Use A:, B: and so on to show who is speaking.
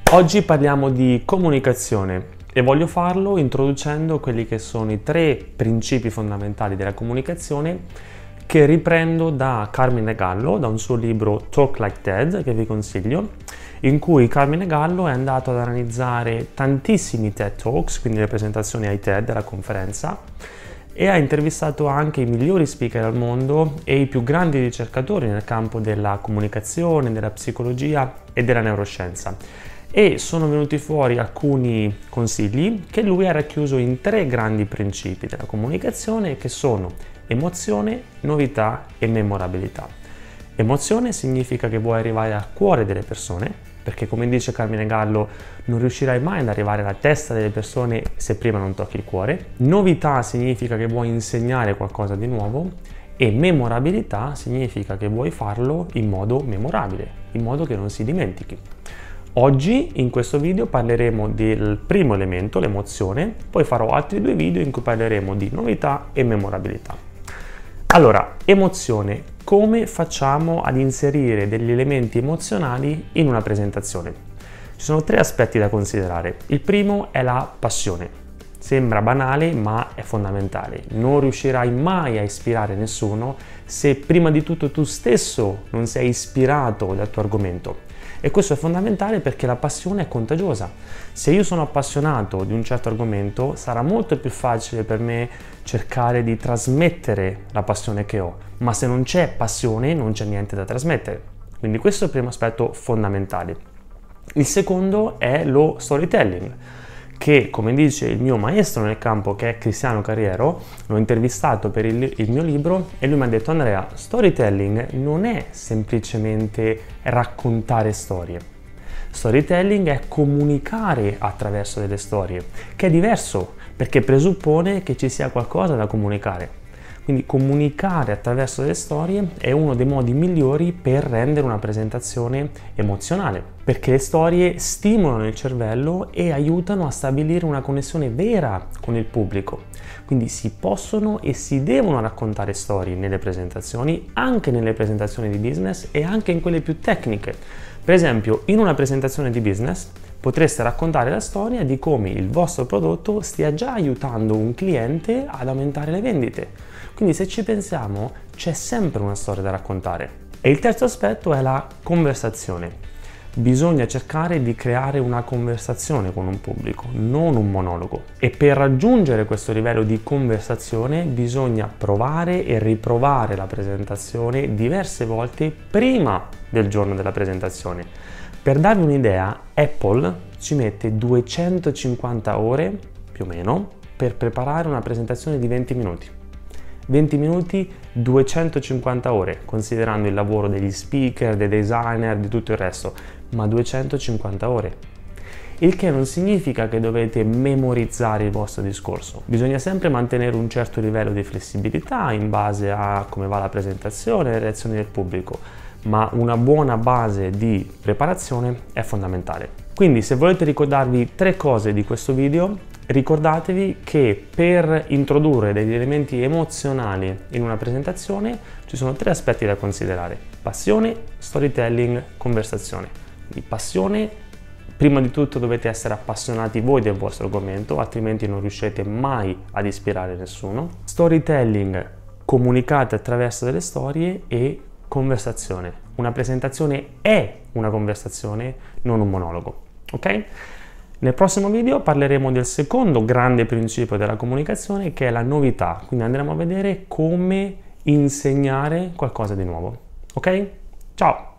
A: Oggi parliamo di comunicazione e voglio farlo introducendo quelli che sono i 3 principi fondamentali della comunicazione che riprendo da Carmine Gallo, da un suo libro Talk Like TED, che vi consiglio, in cui Carmine Gallo è andato ad analizzare tantissimi TED Talks, quindi le presentazioni ai TED della conferenza, e ha intervistato anche i migliori speaker al mondo e i più grandi ricercatori nel campo della comunicazione, della psicologia e della neuroscienza. E sono venuti fuori alcuni consigli che lui ha racchiuso in 3 grandi principi della comunicazione, che sono emozione, novità e memorabilità. Emozione significa che vuoi arrivare al cuore delle persone, perché come dice Carmine Gallo non riuscirai mai ad arrivare alla testa delle persone se prima non tocchi il cuore. Novità significa che vuoi insegnare qualcosa di nuovo e memorabilità significa che vuoi farlo in modo memorabile, in modo che non si dimentichi. Oggi in questo video parleremo del primo elemento, l'emozione, poi farò altri 2 video in cui parleremo di novità e memorabilità. Allora, emozione. Come facciamo ad inserire degli elementi emozionali in una presentazione? Ci sono 3 aspetti da considerare. Il primo è la passione. Sembra banale, ma è fondamentale. Non riuscirai mai a ispirare nessuno se prima di tutto tu stesso non sei ispirato dal tuo argomento. E questo è fondamentale perché la passione è contagiosa. Se io sono appassionato di un certo argomento, sarà molto più facile per me cercare di trasmettere la passione che ho. Ma se non c'è passione, non c'è niente da trasmettere. Quindi questo è il primo aspetto fondamentale. Il secondo è lo storytelling, che, come dice il mio maestro nel campo, che è Cristiano Carriero, l'ho intervistato per il mio libro e lui mi ha detto: Andrea, storytelling non è semplicemente raccontare storie. Storytelling è comunicare attraverso delle storie, che è diverso perché presuppone che ci sia qualcosa da comunicare. Quindi comunicare attraverso delle storie è uno dei modi migliori per rendere una presentazione emozionale, perché le storie stimolano il cervello e aiutano a stabilire una connessione vera con il pubblico. Quindi si possono e si devono raccontare storie nelle presentazioni, anche nelle presentazioni di business e anche in quelle più tecniche. Per esempio, in una presentazione di business potreste raccontare la storia di come il vostro prodotto stia già aiutando un cliente ad aumentare le vendite. Quindi se ci pensiamo, c'è sempre una storia da raccontare. E il terzo aspetto è la conversazione. Bisogna cercare di creare una conversazione con un pubblico, non un monologo. E per raggiungere questo livello di conversazione bisogna provare e riprovare la presentazione diverse volte prima del giorno della presentazione. Per darvi un'idea, Apple ci mette 250 ore, più o meno, per preparare una presentazione di 20 minuti. 20 minuti, 250 ore, considerando il lavoro degli speaker, dei designer, di tutto il resto, ma 250 ore. Il che non significa che dovete memorizzare il vostro discorso. Bisogna sempre mantenere un certo livello di flessibilità in base a come va la presentazione e le reazioni del pubblico, ma una buona base di preparazione è fondamentale. Quindi se volete ricordarvi 3 cose di questo video, ricordatevi che per introdurre degli elementi emozionali in una presentazione ci sono 3 aspetti da considerare: passione, storytelling, conversazione. Quindi passione, prima di tutto dovete essere appassionati voi del vostro argomento, altrimenti non riuscirete mai ad ispirare nessuno. Storytelling, comunicate attraverso delle storie, e conversazione. Una presentazione è una conversazione, non un monologo. Ok? Nel prossimo video parleremo del secondo grande principio della comunicazione, che è la novità. Quindi andremo a vedere come insegnare qualcosa di nuovo. Ok? Ciao!